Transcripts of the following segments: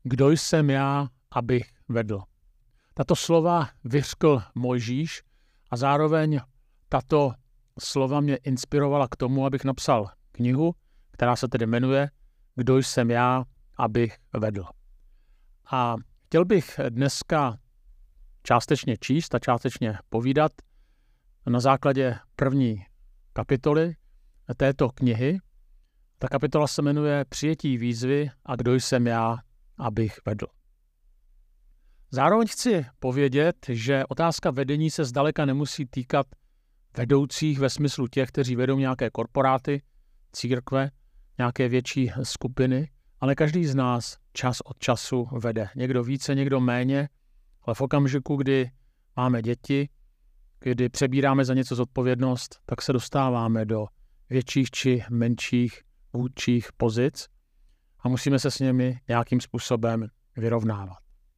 Kdo jsem já, abych vedl? Tato slova vyřkl Mojžíš a zároveň tato slova mě inspirovala k tomu, abych napsal knihu, která se tedy jmenuje Kdo jsem já, abych vedl. A chtěl bych dneska částečně číst a částečně povídat na základě první kapitoly této knihy. Ta kapitola se jmenuje Přijetí výzvy a kdo jsem já, abych vedl. Zároveň chci povědět, že otázka vedení se zdaleka nemusí týkat vedoucích ve smyslu těch, kteří vedou nějaké korporáty, církve, nějaké větší skupiny, ale každý z nás čas od času vede. Někdo více, někdo méně, ale v okamžiku, kdy máme děti, kdy přebíráme za něco zodpovědnost, tak se dostáváme do větších či menších vůdčích pozic a musíme se s nimi nějakým způsobem vyrovnávat.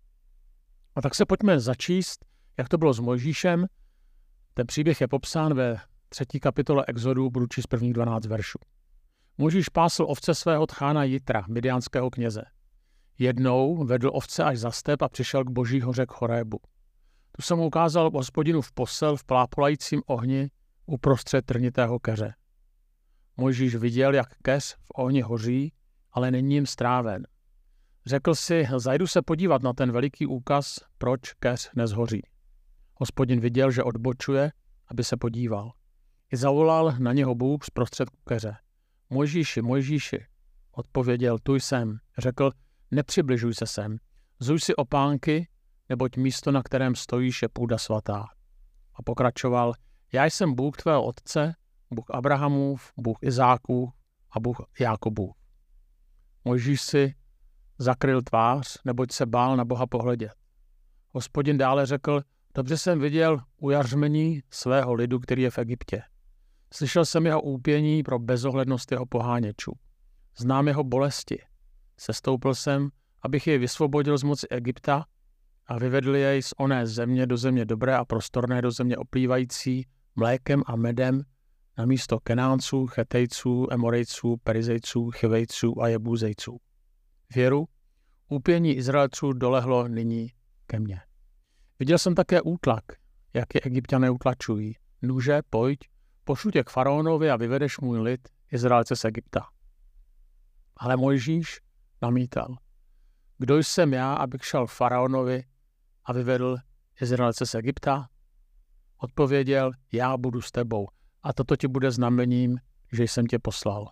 A tak se pojďme začíst, jak to bylo s Mojžíšem. Ten příběh je popsán ve 3. kapitole Exodu, budu číst prvních 12 veršů. Mojžíš pásl ovce svého tchána Jitra, midiánského kněze. Jednou vedl ovce až za step a přišel k Boží hoře k Horébu. Tu se mu ukázal Hospodinu v posel v plápolajícím ohni uprostřed trnitého keře. Mojžíš viděl, jak keř v ohni hoří, ale není jim stráven. Řekl si, zajdu se podívat na ten veliký úkaz, proč keř nezhoří. Hospodin viděl, že odbočuje, aby se podíval. I zavolal na něho Bůh z prostředku keře. Mojžíši, Mojžíši, odpověděl, tu jsem. Řekl, nepřibližuj se sem, zuj si opánky, neboť místo, na kterém stojíš, je půda svatá. A pokračoval, já jsem Bůh tvého otce, Bůh Abrahamův, Bůh Izákův a Bůh Jákobův. Mojžíš si zakryl tvář, neboť se bál na Boha pohledět. Hospodin dále řekl, dobře jsem viděl ujařmení svého lidu, který je v Egyptě. Slyšel jsem jeho úpění pro bezohlednost jeho poháněčů. Znám jeho bolesti. Sestoupil jsem, abych jej vysvobodil z moci Egypta a vyvedl jej z oné země do země dobré a prostorné, do země oplývající mlékem a medem, na místo Kenánců, Chetejců, Emorejců, Perizejců, Chivejců a Jebúzejců. Věru, úpění Izraelců dolehlo nyní ke mně. Viděl jsem také útlak, jak je Egypťané utlačují. Nuže, pojď, pošlu tě k faraonovi a vyvedeš můj lid, Izraelce z Egypta. Ale Mojžíš namítal. Kdo jsem já, abych šel k faraonovi a vyvedl Izraelce z Egypta? Odpověděl, já budu s tebou a toto ti bude znamením, že jsem tě poslal.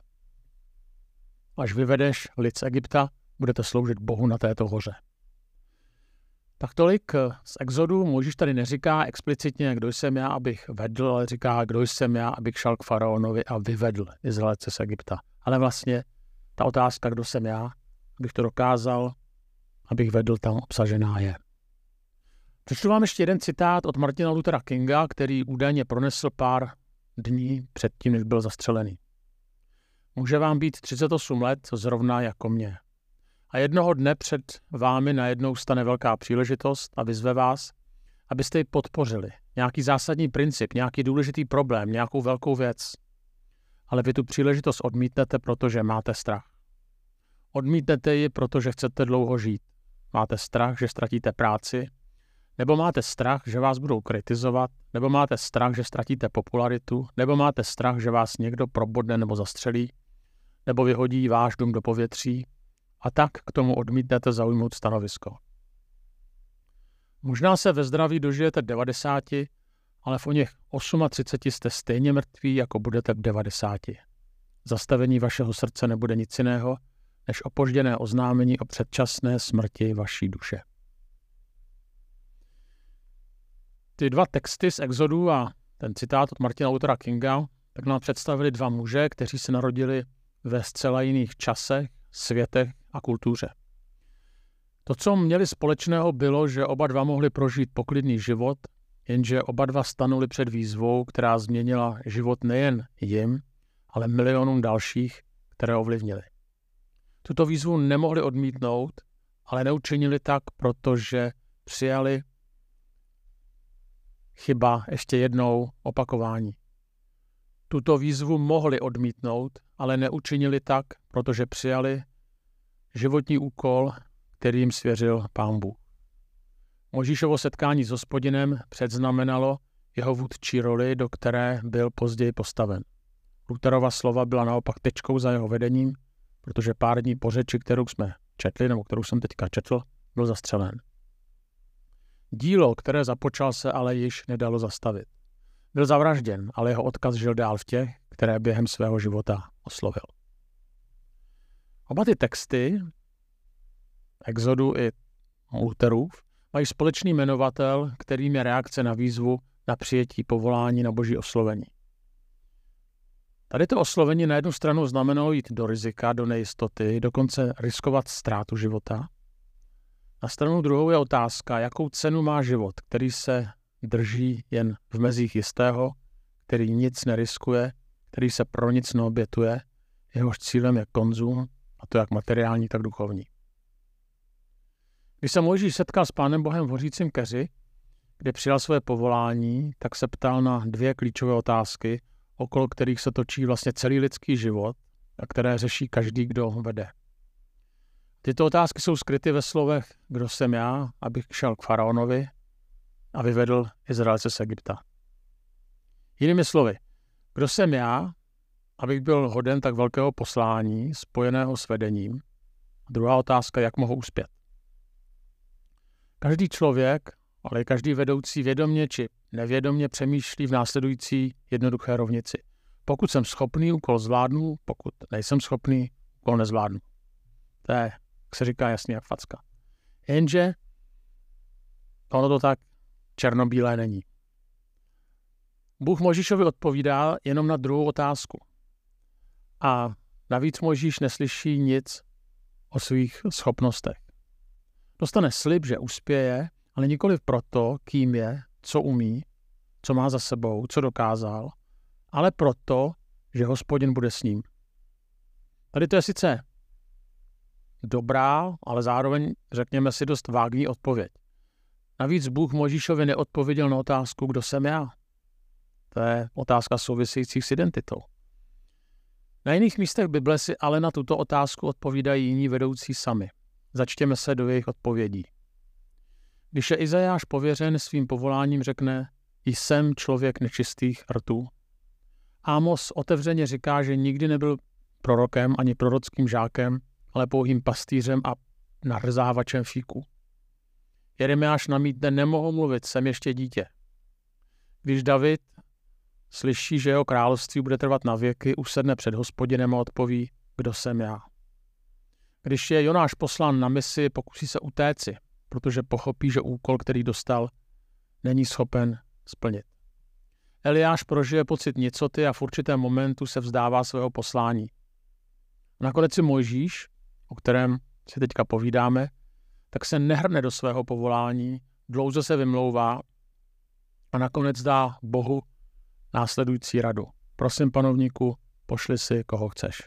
Až vyvedeš lid z Egypta, budete sloužit Bohu na této hoře. Tak tolik z Exodu. Mojžíš tady neříká explicitně, kdo jsem já, abych vedl, ale říká, kdo jsem já, abych šel k faraonovi a vyvedl Izraelce z Egypta. Ale vlastně ta otázka, kdo jsem já, abych to dokázal, abych vedl, tam obsažená je. Přečtu vám ještě jeden citát od Martina Luthera Kinga, který údajně pronesl pár dní předtím, než byl zastřelený. Může vám být 38 let zrovna jako mě. A jednoho dne před vámi najednou stane velká příležitost a vyzve vás, abyste ji podpořili. Nějaký zásadní princip, nějaký důležitý problém, nějakou velkou věc. Ale vy tu příležitost odmítnete, protože máte strach. Odmítnete ji, protože chcete dlouho žít. Máte strach, že ztratíte práci, nebo máte strach, že vás budou kritizovat, nebo máte strach, že ztratíte popularitu, nebo máte strach, že vás někdo probodne nebo zastřelí, nebo vyhodí váš dům do povětří, a tak k tomu odmítnete zaujmout stanovisko. Možná se ve zdraví dožijete 90, ale v oněch 38 jste stejně mrtví, jako budete v 90. Zastavení vašeho srdce nebude nic jiného, než opožděné oznámení o předčasné smrti vaší duše. Ty dva texty z Exodu a ten citát od Martina Luthera Kinga tak nám představili dva muže, kteří se narodili ve zcela jiných časech, světech a kultuře. To, co měli společného, bylo, že oba dva mohli prožít poklidný život, jenže oba dva stanuli před výzvou, která změnila život nejen jim, ale milionům dalších, které ovlivnili. Tuto výzvu nemohli odmítnout, ale neučinili tak, protože přijali chyba ještě jednou opakování. Tuto výzvu mohli odmítnout, ale neučinili tak, protože přijali životní úkol, který jim svěřil Pán Bůh. Mojžíšovo setkání s Hospodinem předznamenalo jeho vůdčí roli, do které byl později postaven. Lutherova slova byla naopak tečkou za jeho vedením, protože pár dní po řeči, kterou jsme četli, nebo kterou jsem teďka četl, byl zastřelen. Dílo, které započal, se ale již nedalo zastavit. Byl zavražděn, ale jeho odkaz žil dál v těch, které během svého života oslovil. Oba ty texty, Exodu i Lutherův, mají společný jmenovatel, kterým je reakce na výzvu na přijetí povolání na boží oslovení. Tady to oslovení na jednu stranu znamenalo jít do rizika, do nejistoty, dokonce riskovat ztrátu života. Na stranu druhou je otázka, jakou cenu má život, který se drží jen v mezích jistého, který nic neriskuje, který se pro nic neobětuje, jehož cílem je konzum, a to jak materiální, tak duchovní. Když se Mojžíš setkal s Pánem Bohem v hořícím keři, kde přijal své povolání, tak se ptal na dvě klíčové otázky, okolo kterých se točí vlastně celý lidský život a které řeší každý, kdo vede. Tyto otázky jsou skryty ve slovech, kdo jsem já, abych šel k faraonovi a vyvedl Izraelce z Egypta. Jinými slovy, kdo jsem já, abych byl hoden tak velkého poslání, spojeného s vedením? A druhá otázka, jak mohu uspět? Každý člověk, ale i každý vedoucí vědomě či nevědomě přemýšlí v následující jednoduché rovnici. Pokud jsem schopný, úkol zvládnu, pokud nejsem schopný, úkol nezvládnu. To je, jak se říká, jasně jak facka. Jenže ono to tak černobílé není. Bůh Mojžíšovi odpovídá jenom na druhou otázku. A navíc Mojžíš neslyší nic o svých schopnostech. Dostane slib, že uspěje, ale nikoliv proto, kým je, co umí, co má za sebou, co dokázal, ale proto, že Hospodin bude s ním. Tady to je sice dobrá, ale zároveň, řekněme si, dost vágní odpověď. Navíc Bůh Mojžíšovi neodpověděl na otázku, kdo jsem já. To je otázka související s identitou. Na jiných místech Bible si ale na tuto otázku odpovídají jiní vedoucí sami. Začtěme se do jejich odpovědí. Když je Izajáš pověřen svým povoláním, řekne, jsem člověk nečistých rtů. Ámos otevřeně říká, že nikdy nebyl prorokem ani prorockým žákem, ale pouhým pastýřem a narzávačem fíků. Jeremiáš namítne, nemohu mluvit, jsem ještě dítě. Když David slyší, že jeho království bude trvat na věky, usedne před Hospodinem a odpoví, kdo jsem já. Když je Jonáš poslán na misi, pokusí se utéci, protože pochopí, že úkol, který dostal, není schopen splnit. Eliáš prožije pocit nicoty a v určitém momentu se vzdává svého poslání. A nakonec si Mojžíš, o kterém si teďka povídáme, tak se nehrne do svého povolání, dlouze se vymlouvá a nakonec dá Bohu následující radu. Prosím, panovníku, pošli si, koho chceš.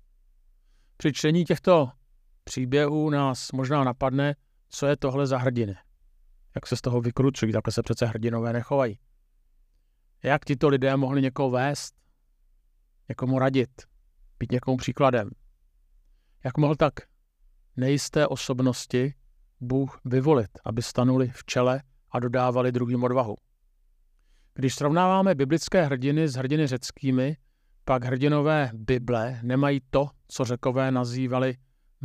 Při čtení těchto příběhů nás možná napadne, co je tohle za hrdiny. Jak se z toho vykrucují, takhle se přece hrdinové nechovají. Jak tito lidé mohli někoho vést, někomu radit, být někomu příkladem. Jak mohl tak nejisté osobnosti Bůh vyvolit, aby stanuli v čele a dodávali druhým odvahu. Když srovnáváme biblické hrdiny s hrdiny řeckými, pak hrdinové Bible nemají to, co Řekové nazývali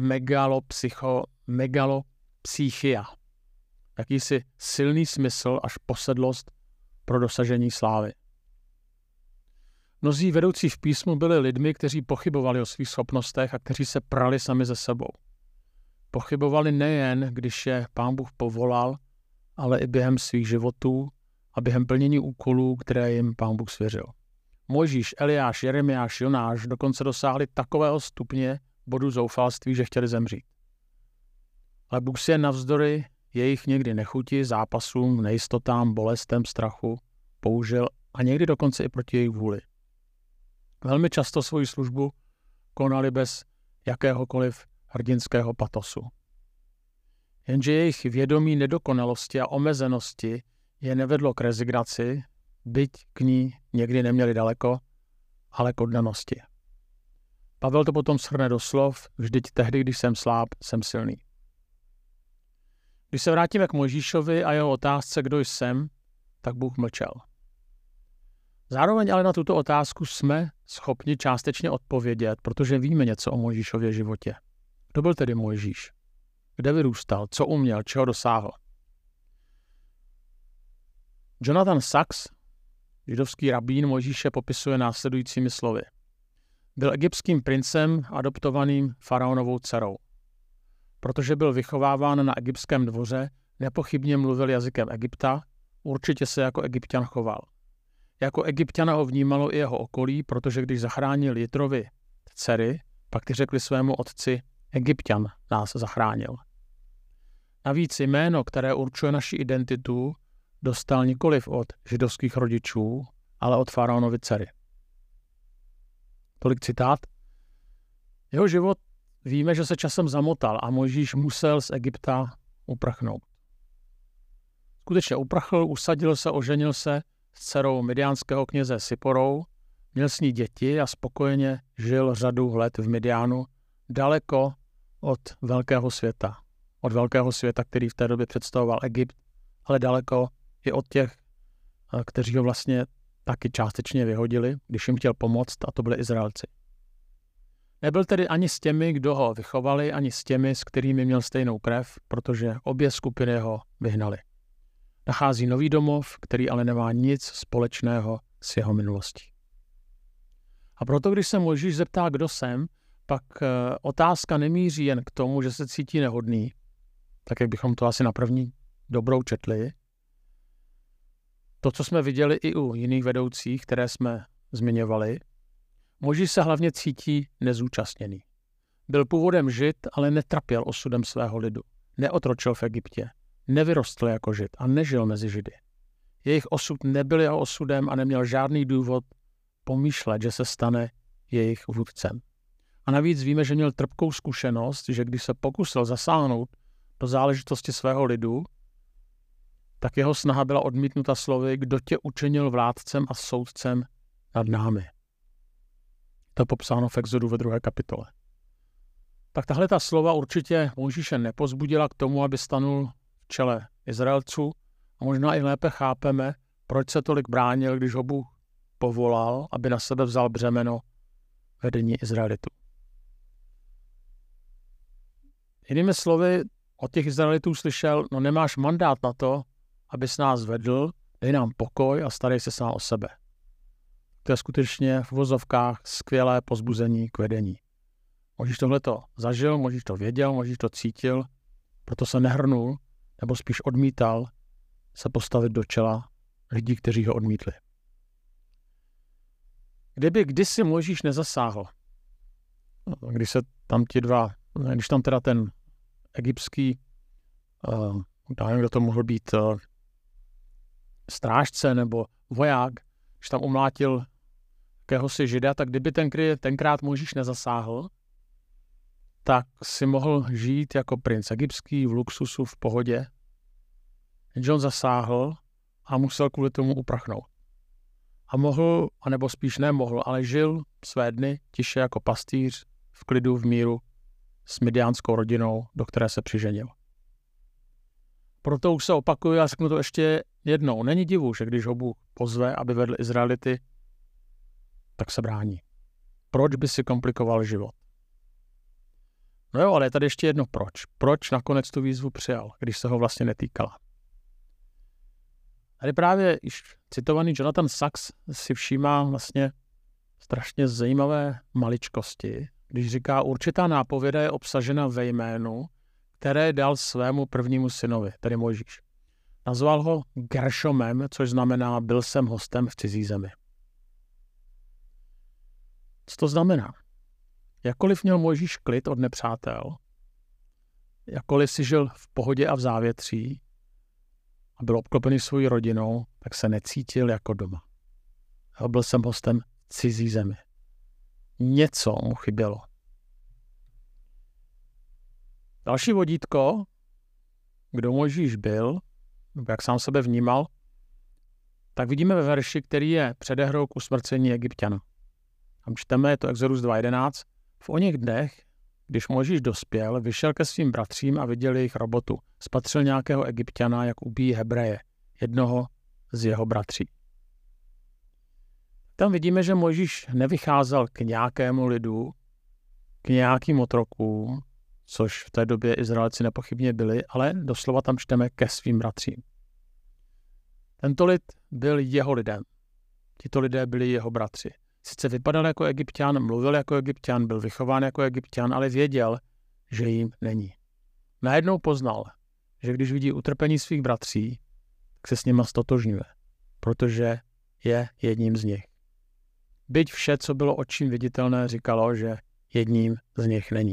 megalopsychia. Jakýsi silný smysl až posedlost pro dosažení slávy. Mnozí vedoucí v písmu byli lidmi, kteří pochybovali o svých schopnostech a kteří se prali sami ze sebou. Pochybovali nejen, když je Pán Bůh povolal, ale i během svých životů a během plnění úkolů, které jim Pán Bůh svěřil. Mojžíš, Eliáš, Jeremiáš, Jonáš dokonce dosáhli takového stupně bodu zoufalství, že chtěli zemřít. Ale Bůh si je navzdory jejich někdy nechuti, zápasům, nejistotám, bolestem, strachu použil a někdy dokonce i proti jejich vůli. Velmi často svoji službu konali bez jakéhokoliv hrdinského patosu. Jenže jejich vědomí nedokonalosti a omezenosti je nevedlo k rezignaci, byť k ní někdy neměli daleko, ale k oddanosti. Pavel to potom shrne do slov, vždyť tehdy, když jsem sláb, jsem silný. Když se vrátíme k Mojžíšovi a jeho otázce, kdo jsem, tak Bůh mlčel. Zároveň ale na tuto otázku jsme schopni částečně odpovědět, protože víme něco o Mojžíšově životě. Kdo byl tedy Mojžíš? Kde vyrůstal? Co uměl? Čeho dosáhl? Jonathan Sacks, židovský rabín, Mojžíše popisuje následujícími slovy. Byl egyptským princem adoptovaným faraonovou dcerou. Protože byl vychováván na egyptském dvoře, nepochybně mluvil jazykem Egypta, určitě se jako Egypťan choval. Jako Egypťana ho vnímalo i jeho okolí, protože když zachránil Jitrovi dcery, pak ty řekli svému otci, Egypťan nás zachránil. Navíc jméno, které určuje naši identitu, dostal nikoliv od židovských rodičů, ale od faraonovy dcery. Tolik citát. Jeho život víme, že se časem zamotal a Mojžíš musel z Egypta uprchnout. Skutečně uprchl, usadil se, oženil se s dcerou midiánského kněze Siporou, měl s ní děti a spokojeně žil řadu let v Midiánu, daleko od velkého světa. Od velkého světa, který v té době představoval Egypt, ale daleko i od těch, kteří ho vlastně taky částečně vyhodili, když jim chtěl pomoct, a to byli Izraelci. Nebyl tedy ani s těmi, kdo ho vychovali, ani s těmi, s kterými měl stejnou krev, protože obě skupiny ho vyhnali. Nachází nový domov, který ale nemá nic společného s jeho minulostí. A proto, když se Mojžíš zeptá, kdo jsem, pak otázka nemíří jen k tomu, že se cítí nehodný, tak jak bychom to asi na první dobrou četli. To, co jsme viděli i u jiných vedoucích, které jsme zmiňovali, Mojžíš se hlavně cítí nezúčastněný. Byl původem Žid, ale netrpěl osudem svého lidu. Neotročil v Egyptě, nevyrostl jako Žid a nežil mezi Židy. Jejich osud nebyl jeho osudem a neměl žádný důvod pomýšlet, že se stane jejich vůdcem. A navíc víme, že měl trpkou zkušenost, že když se pokusil zasáhnout do záležitosti svého lidu, tak jeho snaha byla odmítnuta slovy, kdo tě učinil vládcem a soudcem nad námi. To je popsáno v Exodu ve 2. kapitole. Tak tahle ta slova určitě Mojžíše nepozbudila k tomu, aby stanul v čele Izraelců a možná i lépe chápeme, proč se tolik bránil, když ho Bůh povolal, aby na sebe vzal břemeno vedení Izraelitů. Jinými slovy, od těch Izraelitů slyšel, no nemáš mandát na to, abys nás vedl, dej nám pokoj a starej se sám o sebe. To je skutečně v uvozovkách skvělé pozbuzení k vedení. Mojžíš tohleto zažil, Mojžíš to věděl, Mojžíš to cítil, proto se nehrnul, nebo spíš odmítal se postavit do čela lidí, kteří ho odmítli. Kdyby kdysi Mojžíš nezasáhl, když tam teda ten egyptský, nevím, kdo to mohl být, strážce nebo voják, když tam umlátil jakéhosi Žida, tak kdyby tenkrát Mojžíš nezasáhl, tak si mohl žít jako princ egyptský v luxusu, v pohodě. Jenže on zasáhl a musel kvůli tomu uprchnout. A mohl, anebo spíš nemohl, ale žil své dny tiše jako pastýř, v klidu, v míru, s midiánskou rodinou, do které se přiženil. Proto už se opakuju a řeknu to ještě jednou. Není divu, že když ho Bůh pozve, aby vedl Izraelity, tak se brání. Proč by si komplikoval život? No jo, ale je tady ještě jedno proč. Proč nakonec tu výzvu přijal, když se ho vlastně netýkala? Tady právě již citovaný Jonathan Sacks si všímá vlastně strašně zajímavé maličkosti, když říká, určitá nápověda je obsažena ve jménu, které dal svému prvnímu synovi, tedy Mojžíš. Nazval ho Geršomem, což znamená byl jsem hostem v cizí zemi. Co to znamená? Jakkoliv měl Mojžíš klid od nepřátel, jakkoliv si žil v pohodě a v závětří a byl obklopený svou rodinou, tak se necítil jako doma. Byl jsem hostem v cizí zemi. Něco mu chybělo. Další vodítko, kdo Mojžíš byl, jak sám sebe vnímal, tak vidíme ve verši, který je předehrou k usmrcení Egypťana. Tam čteme, je to Exodus 2.11. V oněch dnech když Mojžíš dospěl, vyšel ke svým bratřím a viděl jejich robotu. Spatřil nějakého Egypťana, jak ubíjí Hebreje, jednoho z jeho bratří. Tam vidíme, že Mojžíš nevycházel k nějakému lidu, k nějakým otrokům, což v té době Izraelci nepochybně byli, ale doslova tam čteme ke svým bratřím. Tento lid byl jeho lidem. Tito lidé byli jeho bratři. Sice vypadal jako Egypťan, mluvil jako Egypťan, byl vychován jako Egypťan, ale věděl, že jim není. Najednou poznal, že když vidí utrpení svých bratří, tak se s nima stotožňuje, protože je jedním z nich. Byť vše, co bylo očím viditelné, říkalo, že jedním z nich není.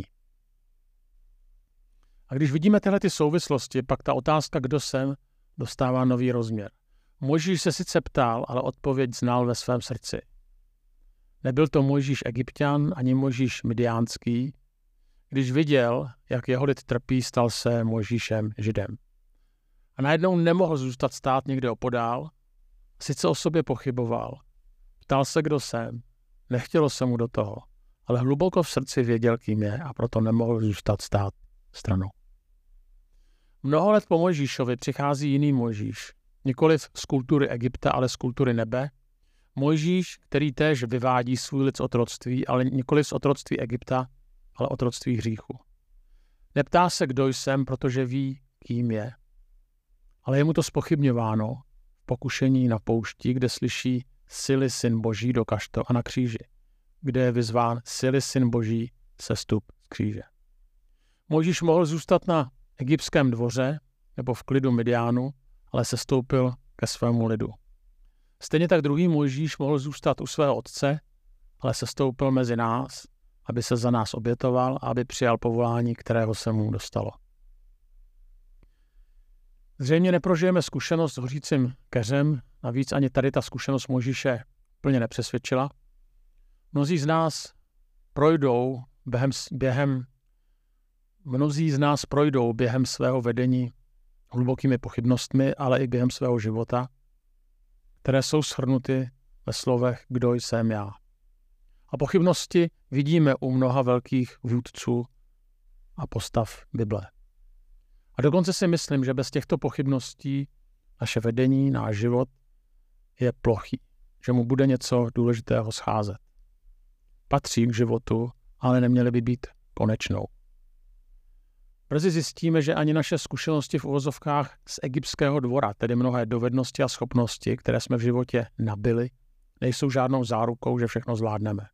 A když vidíme tyhle ty souvislosti, pak ta otázka, kdo jsem, dostává nový rozměr. Mojžíš se sice ptal, ale odpověď znal ve svém srdci. Nebyl to Mojžíš Egypťan ani Mojžíš Midiánský. Když viděl, jak jeho lid trpí, stal se Mojžíšem Židem. A najednou nemohl zůstat stát někde opodál, sice o sobě pochyboval. Ptal se, kdo jsem, nechtělo se mu do toho, ale hluboko v srdci věděl, kým je a proto nemohl zůstat stát stranou. Mnoho let po Mojžíšovi přichází jiný Mojžíš, nikoliv z kultury Egypta, ale z kultury nebe. Mojžíš, který též vyvádí svůj lid z otroctví, ale nikoliv z otroctví Egypta, ale otroctví hříchu. Neptá se, kdo jsem, protože ví, kým je. Ale je mu to zpochybňováno v pokušení na poušti, kde slyší sily syn Boží, dokaž to, a na kříži, kde je vyzván sily syn Boží, sestup z kříže. Mojžíš mohl zůstat na egyptském dvoře nebo v klidu Midiánu, ale sestoupil ke svému lidu. Stejně tak druhý Mojžíš mohl zůstat u svého otce, ale sestoupil mezi nás, aby se za nás obětoval a aby přijal povolání, kterého se mu dostalo. Zřejmě neprožijeme zkušenost s hořícím keřem, navíc ani tady ta zkušenost Mojžíše plně nepřesvědčila. Mnozí z nás projdou během svého vedení hlubokými pochybnostmi, ale i během svého života, které jsou shrnuty ve slovech kdo jsem já. A pochybnosti vidíme u mnoha velkých vůdců a postav Bible. A dokonce si myslím, že bez těchto pochybností naše vedení, náš život je plochý, že mu bude něco důležitého scházet. Patří k životu, ale neměly by být konečnou. Brzy zjistíme, že ani naše zkušenosti v uvozovkách z egyptského dvora, tedy mnohé dovednosti a schopnosti, které jsme v životě nabili, nejsou žádnou zárukou, že všechno zvládneme.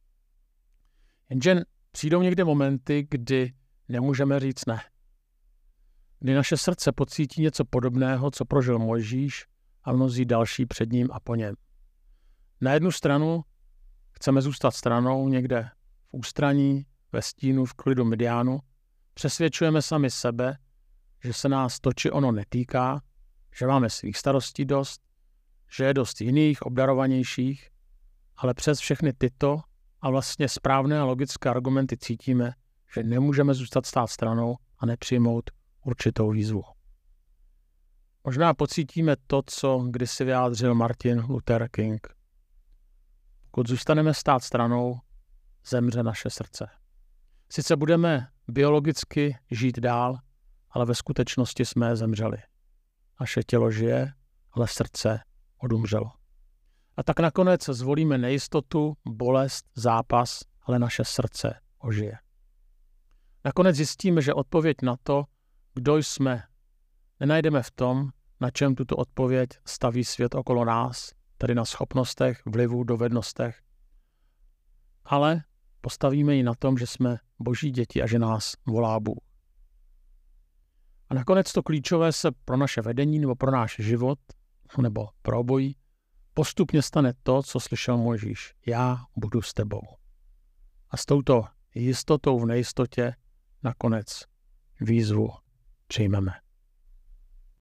Jenže přijdou někde momenty, kdy nemůžeme říct ne. Kdy naše srdce pocítí něco podobného, co prožil Mojžíš a mnozí další před ním a po něm. Na jednu stranu chceme zůstat stranou někde v ústraní, ve stínu, v klidu Midiánu, přesvědčujeme sami sebe, že se nás to či ono netýká, že máme svých starostí dost, že je dost jiných, obdarovanějších, ale přes všechny tyto a vlastně správné a logické argumenty cítíme, že nemůžeme zůstat stát stranou a nepřijmout určitou výzvu. Možná pocítíme to, co kdysi vyjádřil Martin Luther King. Pokud zůstaneme stát stranou, zemře naše srdce. Sice budeme biologicky žít dál, ale ve skutečnosti jsme zemřeli. Naše tělo žije, ale srdce odumřelo. A tak nakonec zvolíme nejistotu, bolest, zápas, ale naše srdce ožije. Nakonec zjistíme, že odpověď na to, kdo jsme, nenajdeme v tom, na čem tuto odpověď staví svět okolo nás, tedy na schopnostech, vlivu, dovednostech, ale postavíme ji na tom, že jsme Boží děti a že nás volá Bůh. A nakonec to klíčové se pro naše vedení nebo pro náš život, nebo pro obojí, postupně stane to, co slyšel Mojžíš. Já budu s tebou. A s touto jistotou v nejistotě nakonec výzvu přijmeme.